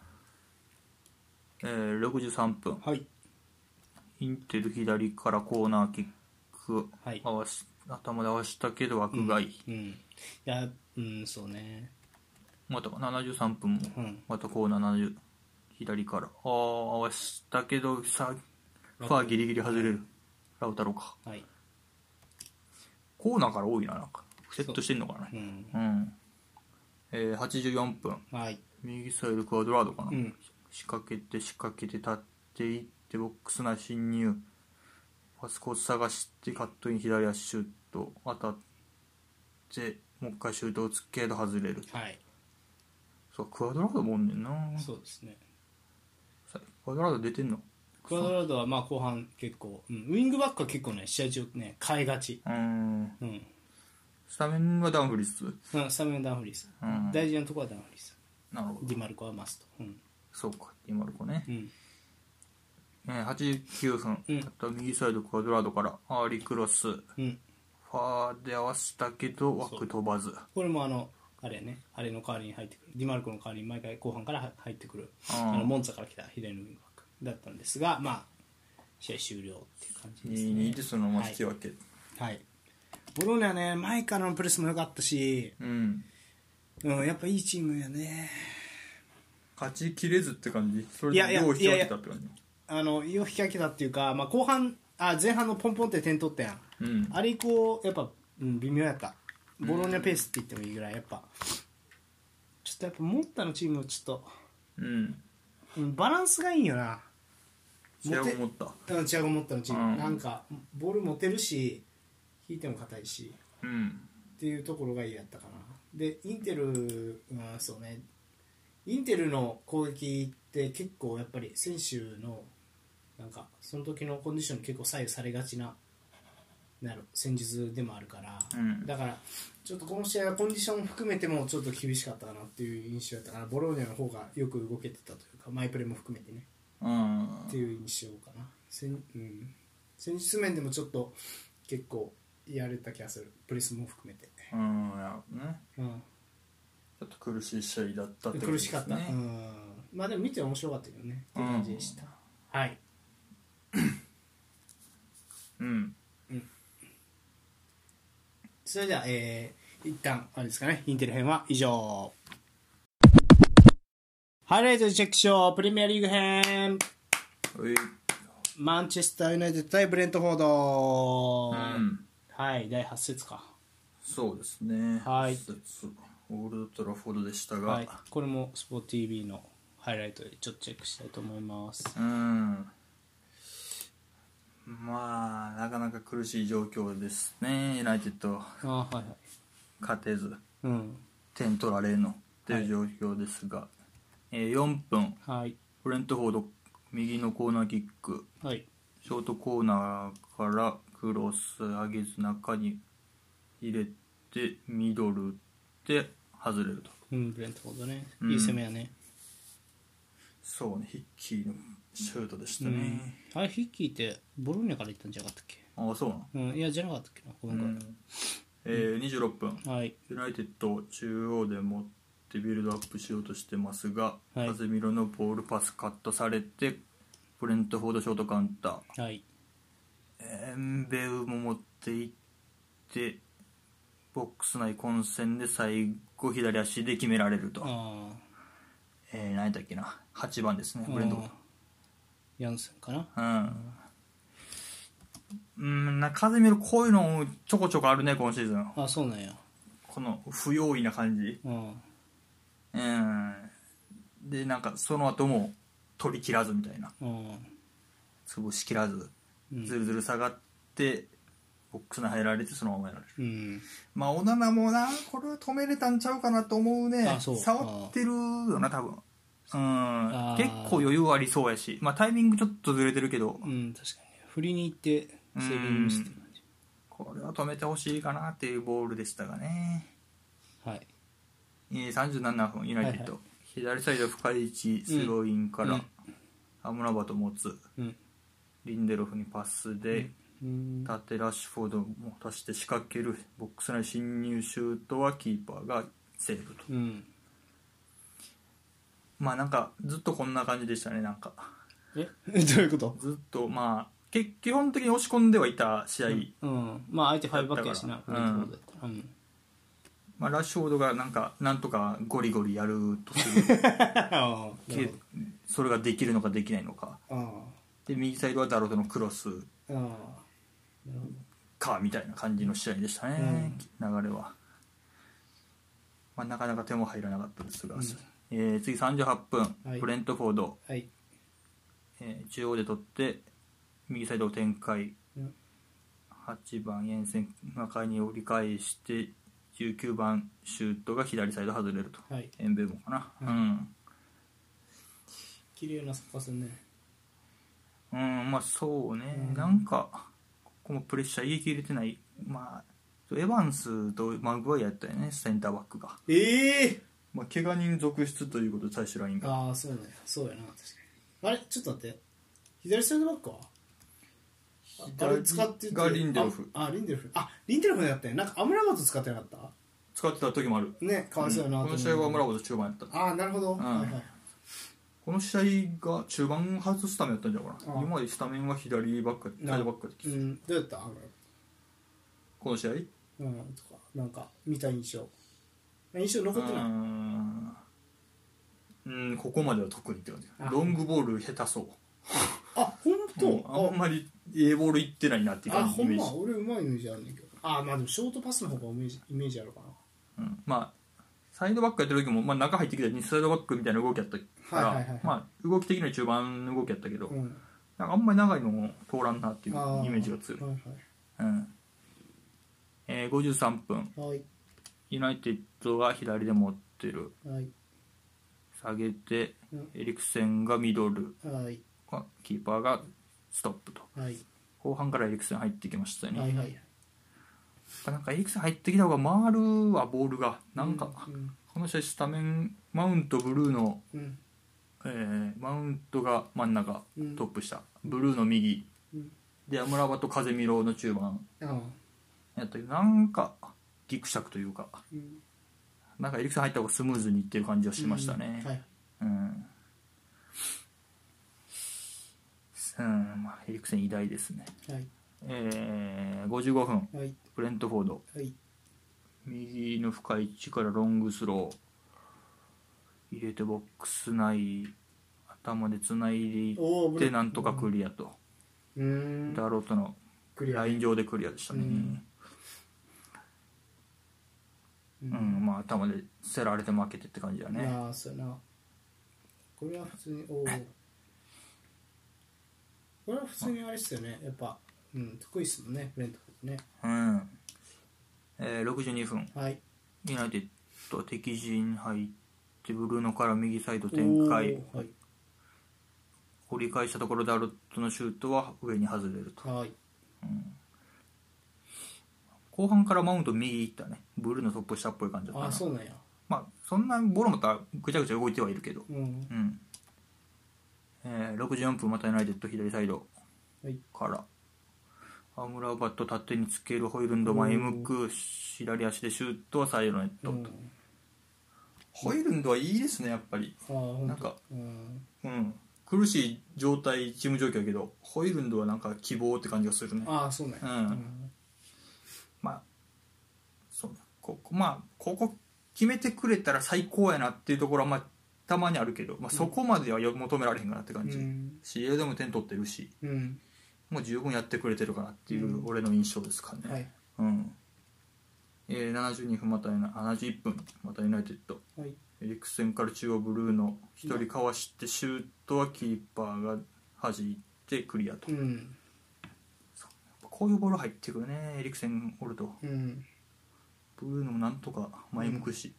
63分、インテル左からコーナーキック、頭で合わせたけど枠外、 や、そうね。 また73分も、またコーナー70左から合わしたけどさ、ファーギリギリ外れる、ラウタロか、はい、コーナーから多いな、なんかセットしてんのかな、84分、はい、右サイドクアドラードかな、仕掛けて立っていってボックス内侵入、パスコース探してカットイン左足シュート当たってもう一回シュートをつけど外れる、はい、そうクアドラードもおんねんな。 そうですね。 クアドラード出てんの？ クアドラードはまあ後半結構、ウィングバックは結構ね試合中ね変えがち。 スタメンはダンフリス。 スタメンはダンフリス。大事なところはダンフリス。なるほど。ディマルコはマスト。 そうか、ディマルコね。89分、あと右サイドクアドラードからアーリークロス、ファーで合わせたけど枠飛ばず。 これもあれね、あれの代わりに入ってくる、ディマルコの代わりに毎回後半から入ってくるモンツァから来た左のウィングバックだったんですが、まあ試合終了っていう感じですね。 2-2でそのまま引き分け。 はい。ボローニャね、前からのプレスも良かったし、やっぱいいチームやね。 勝ちきれずって感じ？それでよう引き分けたって感じ？ よう引き分けたっていうか、まあ、後半前半のポンポンって点取ったやん、あれ以降やっぱ、微妙やった。ボローニャペースって言ってもいいぐらいやっぱちょっとやっぱモンタのチームちょっと、バランスがいいよな。 チアゴモッタチアゴモッタのチーム、なんかボール持てるし引いても硬いし、っていうところがいいやったかな。でインテルそうね、インテルの攻撃って結構やっぱり選手のなんかその時のコンディションに結構左右されがちな戦術でもあるから、だからちょっとこの試合はコンディション含めてもちょっと厳しかったかなっていう印象だったから、ボローニャの方がよく動けてたというか、マイプレーも含めてね、っていう印象かな。戦術面でもちょっと結構やれた気がする、プレスも含めて。 ちょっと苦しい試合だったってことですね。苦しかった。 まあでも見て面白かったけどねって感じでした。はい。それでは一旦あれですかね、インテル編は以上。ハイライトチェックショープレミアリーグ編。マンチェスターユナイテッド対ブレントフォード。はい、第8節か。 そうですね。 はい。 オールドトラフォードでしたが、 これもスポーツ TV のハイライトでちょっとチェックしたいと思います。 まあなかなか苦しい状況ですね。ユナイテッド勝てず、点取られるのっていう状況ですが、4分、ブレントフォード右のコーナーキック、ショートコーナーからクロス上げず中に入れてミドルで外れると。 ブレントフォードね、いい攻めやね。 そうね、ヒッキーのシュートでしたね。 あれヒッキーってボローニャから行ったんじゃなかったっけ？ ああ、そうなの？いやじゃなかったっけな。ごめん。 26分、ユナイテッド中央で持ってビルドアップしようとしてますが、カゼミロのボールパスカットされてブレントフォードショートカウンター、エンベウも持っていってボックス内混戦で最後左足で決められると。何だっけな、8番ですね、ブレントフォード。 ヤンセンかな。 カゼミロこういうのちょこちょこあるね今シーズン。 あ、そうなんや。 この不用意な感じ。でなんかその後も取り切らずみたいな、潰しきらず、ずるずる下がってボックスに入られてそのままやられる。まあオナナもな、これは止めれたんちゃうかなと思うね。触ってるよな多分。結構余裕ありそうやし、まあタイミングちょっとずれてるけど、確かに振りに行ってセービングしてる感じ。 これは止めてほしいかなっていうボールでしたがね。37分ユナイテッド、左サイド深い位置スローインからアムラバト持つ、リンデロフにパスで縦ラッシュフォードも足して仕掛ける、ボックス内侵入シュートはキーパーがセーブと。まあなんかずっとこんな感じでしたね。なんかどういうこと？ ずっとまあ基本的に押し込んではいた試合、 まあ相手5バックやしな、 まあ、ラッシュフォードがなんとかゴリゴリやるとするそれができるのかできないのかで右サイドはダロトのクロスかみたいな感じの試合でしたね、流れは、まあ、なかなか手も入らなかったですが、次38分、ブレントフォード、中央で取って右サイドを展開、8番エンセン中に折り返して19番シュートが左サイド外れると、エンベモかな、 綺麗なサッカーするね。 まあそうね、なんかこのプレッシャー入れてない、まあエヴァンスとマグワイアやったよね、センターバックが。まあ怪我人続出ということで最終ラインが。 ああそうね、そうやな、確かに。あれちょっと待って、左サイドバックはあれ使っててがリンデルフ。 リンデルフだったよ。なんかアムラバト使ってなかった？ 使ってた時もあるね、かわいそうやなと思う。 この試合はアムラバト中盤やった。 なるほど、 この試合が中盤初スタメンやったんじゃないかな。今までスタメンは左バックサイドバックやった。 どうやったこの試合？ とかなんか見た印象残ってない。 ここまでは特にって感じ。ロングボール下手そう。 本当、 あんまりボールいってないなっていう感じ。 ほんま俺うまいイメージあるんだけど。まあでもショートパスの方がイメージあるかな。まあサイドバックやってる時も、まあ、中入ってきた2サイドバックみたいな動きやったから、まあ動き的には中盤の動きやったけど、なんかあんまり長いのも通らんなっていうイメージが強い。53分、ユナイテッドが左で持ってる、下げて、エリクセンがミドル、キーパーがストップと、後半からエリクセン入ってきましたね。なんかエリクセン入ってきた方が回るわ、ボールがなんか、この試合スタメンマウントブルーの、マウントが真ん中、トップ下ブルーの右、でアムラバと風見ろの中盤やったけど、なんかギクシャクというか、なんかエリクセン入った方がスムーズにいってる感じはしましたね。まあ、エリクセン偉大ですね。55分、ブレントフォード、右の深い位置からロングスロー入れてボックス内頭でつないでいってなんとかクリアと、ダロートのライン上でクリアでしたね。まあ頭で競られて負けてって感じだね。 そうやな。これは普通にこれは普通にあれっすよね、やっぱ、得意っすもんね、ブレントフォードね。 62分、ユナイテッドは敵陣入ってブルーノから右サイド展開、折り返したところダロットのシュートは上に外れると、後半からマウント右行ったね、ブルーのトップ下っぽい感じだったな。 そうなんや。 まあそんなボロまたぐちゃぐちゃ動いてはいるけど、64分またユナイテッド左サイドから、アムラバット縦につけるホイルンド前向く左足でシュートはサイドネットと、ホイルンドはいいですねやっぱり。なんか苦しい状態チーム状況やけどホイルンドはなんか希望って感じがするね。 そうね。 まあそうここ決めてくれたら最高やなっていうところはまあたまにあるけど、そこまでは求められへんかなって感じ。試合でも点取ってるし、もう十分やってくれてるかなっていう俺の印象ですかね。72分71分またユナイテッド、エリクセンから中央ブルーの1人かわしてシュートはキーパーが弾いてクリアと、こういうボール入ってくるね、エリクセンおると、ブルーのもなんとか前向くし、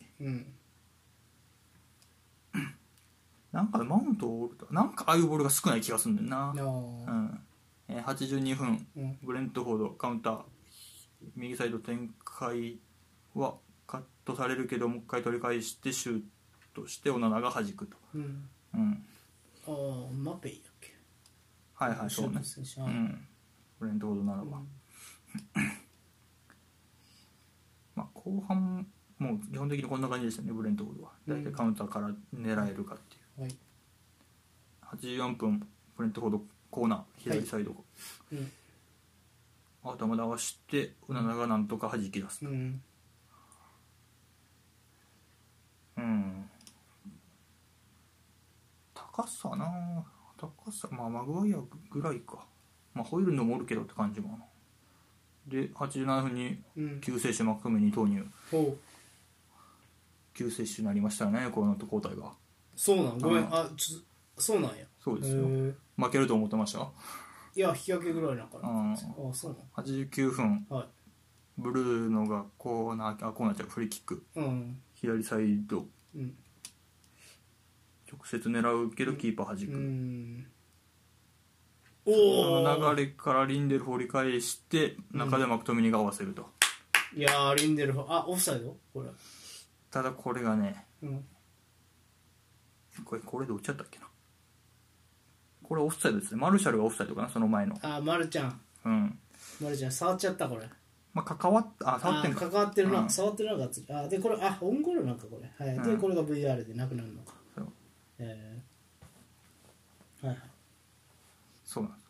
なんかマウントおるとなんかああいうボールが少ない気がするんだよな。82分、ブレントフォードカウンター右サイド展開はカットされるけどもう一回取り返してシュートしてオナナが弾くと。 マペイやっけ。 そうね。ブレントフォードならば、まあ後半もう基本的にこんな感じでしたね。ブレントフォードは大体カウンターから狙えるかっていう、84分ブレントフォードコーナー左サイド、頭で合わせてオナナがなんとか弾き出すと、 高さまあマグワイアぐらいか、まあホイールのもおるけどって感じもな。で87分に救世主マクトミニ投入、救世主になりましたね、この交代が。 そうなん、ごめん、そうなんや。 そうですよ。負けると思ってました？ いや、引き分けぐらいなんかな。そうなん。 89分、はい、ブルーノがこうなっちゃう、フリーキック、左サイド、直接狙うけどキーパー弾く、その流れからリンデルフ折り返して中でマクトミニが合わせると、 いやー、リンデルフオフサイドこれ。 ただこれがね、これどっちやったっけな、これオフサイドですね。マルシャルがオフサイドかな、その前の。 マルちゃん、マルちゃん触っちゃった、これ。 まあ触ってんか、 関わってるな、触ってるながっつり。でこれオンゴールなんかこれ、はい、でこれが VR でなくなるのか。はい、 そうなんです。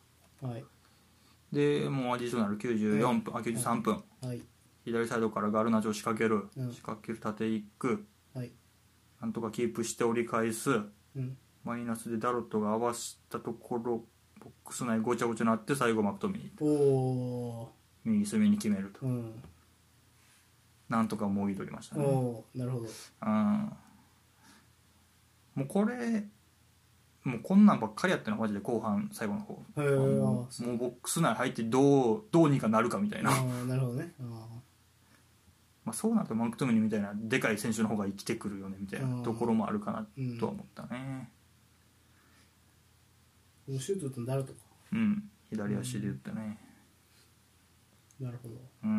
はい。 でもうアディショナル94分、93分、はい、左サイドからガルナチョ仕掛ける、縦いく、はい、なんとかキープして折り返す、マイナスでダロットが合わせたところボックス内ごちゃごちゃなって最後マクトミニ右隅に決めると、なんとかもう挑りましたね。 なるほど。 もうこれもうこんなんばっかりやったのマジで、後半最後の方もうボックス内入ってどうにかなるかみたいな。 なるほどね。 まあそうなるとマクトミニみたいなでかい選手の方が生きてくるよねみたいなところもあるかなとは思ったね。 シュートとなるとか。 左足で打ったね。 なるほど。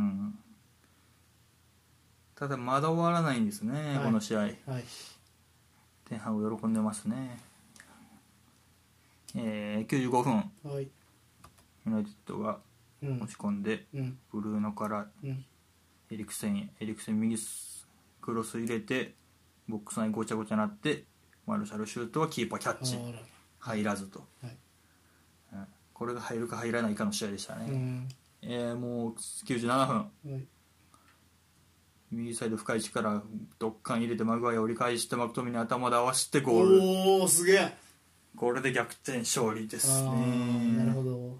ただまだ終わらないんですね、この試合。前半を喜んでますね。95分、ユナイテッドが押し込んで、ブルーノからエリクセン右クロス入れてボックス内ごちゃごちゃなって、マルシャルシュートはキーパーキャッチ入らずと、これが入るか入らないかの試合でしたね。もう97分、右サイド深い位置からドッカン入れてマグワイア折り返してマクトミニ頭で合わせてゴール。 すげえ。 これで逆転勝利ですね。 なるほど。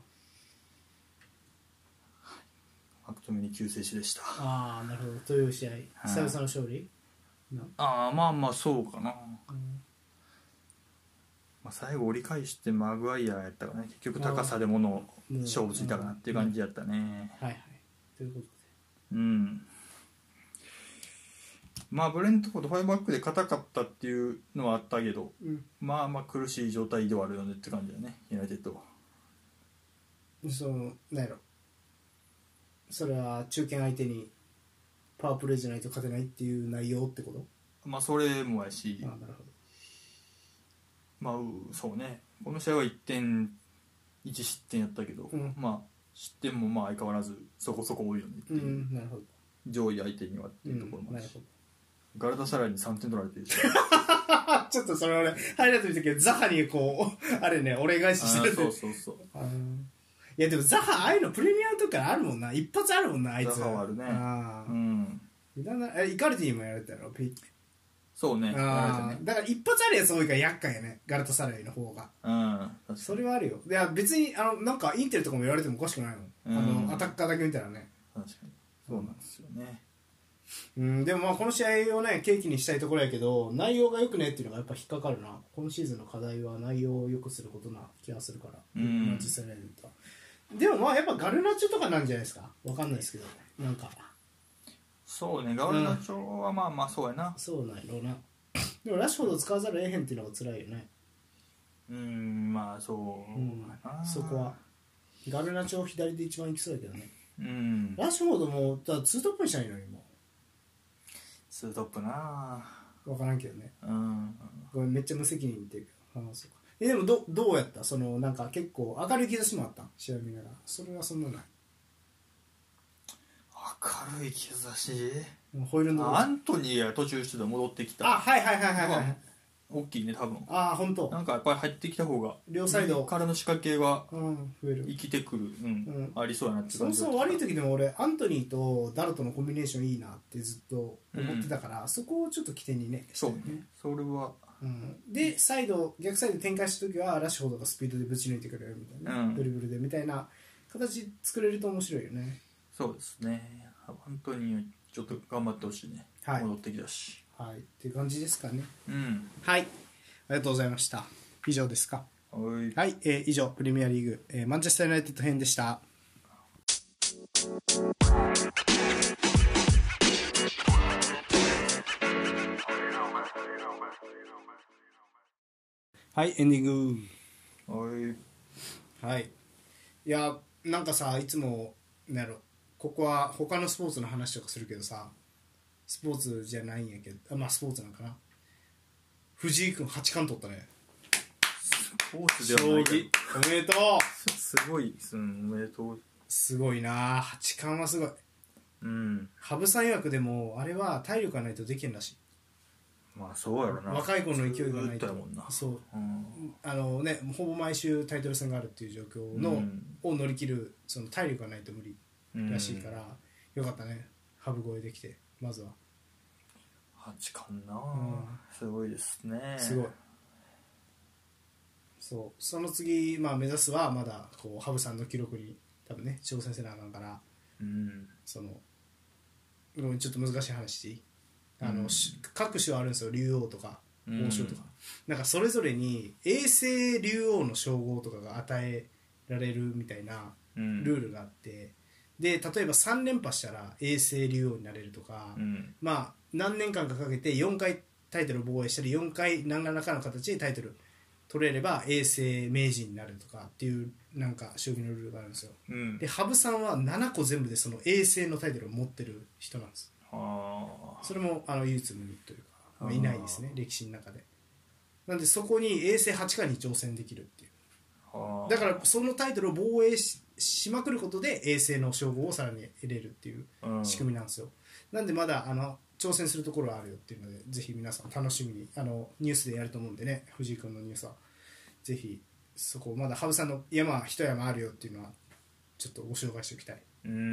マクトミニ救世主でした。 なるほど。という試合、久々の勝利。 まあそうかな。最後折り返してマグワイアやったからね、結局高さでもの勝負ついたかなっていう感じやったね。 ということで、 まあブレントフォード5バックで硬かったっていうのはあったけど、まあ苦しい状態ではあるよねって感じだね、ユナイテッドは。 なんやろ、それは中堅相手にパワープレーじゃないと勝てないっていう内容ってこと？ まあそれもやし、 なるほど。 まあそうね、この試合は1失点やったけど、まあ失点もまあ相変わらずそこそこ多いよねっていう、 なるほど、 上位相手にはっていうところもあるし、ガルタサライに3点取られてるしちょっとそれ俺ハイライト見たけど、ザハにこうあれね、お礼返ししてる。 そういやでもザハああいうのプレミアムとかあるもんな、一発あるもんな、あいつ。 ザハはあるね。 イカルティもやられたやろ。 そうね。 だから一発あるやつ多いから厄介やね、ガルタサライの方が。それはあるよ。いや別になんかインテルとかも言われてもおかしくないの、アタッカーだけ見たらね。 確かにそうなんですよね。 でもまあこの試合をね契機にしたいところやけど、内容が良くねっていうのがやっぱ引っかかるな。今シーズンの課題は内容を良くすることな気がするから、実際に言うと。でもまあやっぱガルナチョとかなんじゃないですか、わかんないですけど、なんかそうね、ガルナチョはまあそうやな。 そうなんやろうな。でもラッシュフォード使わざるを得へんっていうのが辛いよね。 まあそうかな、 そこはガルナチョ左で一番いきそうだけどね。ラッシュフォードもただ2トップにしたいのに、もう2トップな分からんけどね。ごめん、めっちゃ無責任っていうか。そうか。でもどうやった？なんか結構明るい兆しもあった試合見ながら。それはそんなない。 明るい兆し？ ホイールのアントニーが途中出場戻ってきた。 はい。 大きいね多分。 ああ本当。 なんかやっぱり入ってきた方が両サイドからの仕掛けが増える、 生きてくる、ありそうやなって感じ。そう悪い時でも俺アントニーとダロとのコンビネーションいいなってずっと思ってたから、そこをちょっと起点にね。 そうね、それは。 で逆サイド展開した時はラッシュフォードがスピードでぶち抜いてくれるみたいな、ドリブルでみたいな形作れると面白いよね。 そうですね。アントニーちょっと頑張ってほしいね、戻ってきたし。 はいっていう感じですかね。はい、ありがとうございました。以上ですか。はい、以上プレミアリーグ、マンチェスターユナイテッド編でした。はい、エンディング。はい。いや、なんかさ、いつもなんやろ、ここは他のスポーツの話とかするけどさ、スポーツじゃないんやけど、まあスポーツなんかな。藤井君8冠取ったね。 スポーツではないけど。 おめでとう。 すごい、おめでとう。 すごいな、8冠はすごい。羽生さん曰くでもあれは体力がないとできんらしい。 まあそうやろな。 若い子の勢いがないと。そう。ね、ほぼ毎週タイトル戦があるっていう状況の、を乗り切るその体力がないと無理らしいから、よかったね。羽生超えできてまずは。 8冠な、すごいですね。 すごい。そう、その次、まあ、目指すはまだこう羽生さんの記録に多分ね挑戦せなあかんから、そのちょっと難しい話していい？各種あるんですよ。竜王とか王将とか、なんかそれぞれに永世竜王の称号とかが与えられるみたいなルールがあって、で例えば3連覇したら永世竜王になれるとか、まあ何年間かかけて4回タイトルを防衛したり4回何らかの形でタイトル取れれば永世名人になるとかっていうなんか将棋のルールがあるんですよ、で羽生さんは7個全部でその永世のタイトルを持ってる人なんです。それも唯一無二というか、まあ、いないですね歴史の中で。なんでそこに永世8冠に挑戦できるっていう、だからそのタイトルを防衛 しまくることで永世の称号をさらに得れるっていう仕組みなんですよ。なんでまだ挑戦するところはあるよっていうので、ぜひ皆さん楽しみにニュースでやると思うんでね、藤井君のニュースはぜひそこまだ羽生さんの山一山あるよっていうのはちょっとご紹介しておきたい。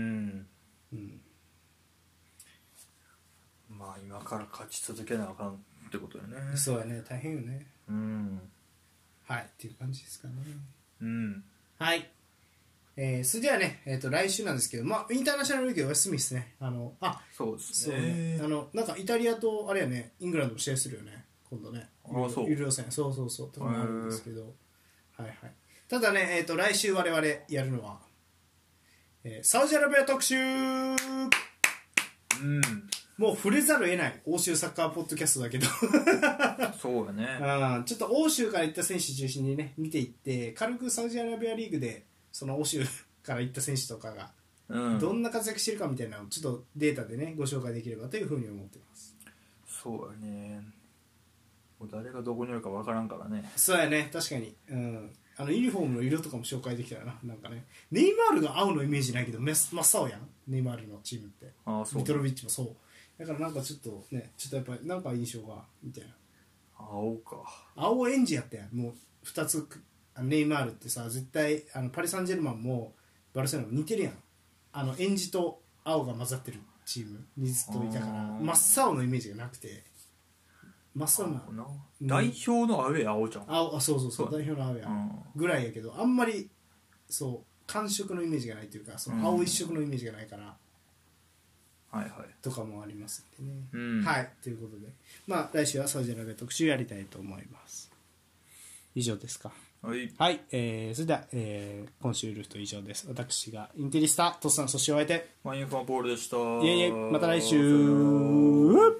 まあ今から勝ち続けなあかんってことよね。 そうやね、大変よね。はいっていう感じですかね。はい、それではね、来週なんですけど、まあインターナショナルウィークお休みですね。 そうですね。 なんかイタリアとあれやね、イングランドも試合するよね今度ね。 そう。 ユーロ予選、そうとかもあるんですけど、はいはい。ただね、来週我々やるのは、サウジアラビア特集。もう触れざるを得ない欧州サッカーポッドキャストだけどそうやね。 ちょっと欧州から行った選手中心にね見ていって、軽くサウジアラビアリーグでその欧州から行った選手とかがどんな活躍してるかみたいなのをちょっとデータでねご紹介できればというふうに思ってます。 そうやね。もう誰がどこにいるかわからんからね。 そうやね、確かに。ユニフォームの色とかも紹介できたらなんかね、ネイマールが青のイメージないけど真っ青やん、ネイマールのチームって。ミトロビッチもそうだから、なんかちょっとやっぱりなんか印象がみたいな。青エンジやったやん。もう2つネイマールってさ、絶対パリ・サンジェルマンもバルセロナも似てるやん。エンジと青が混ざってるチームにずっといたから、真っ青のイメージがなくて、真っ青な代表のアウェー青じゃん。 そう代表のアウェーぐらいやけど、あんまりそう感触のイメージがないというか、その青一色のイメージがないから、とかもありますんでね。はい、ということで、まあ来週はサウジアラビア特集やりたいと思います。以上ですか。はい、それでは、今週ルフト以上です。私がインテリスタトッサン、そしてお相手マインファンポールでした。 また来週。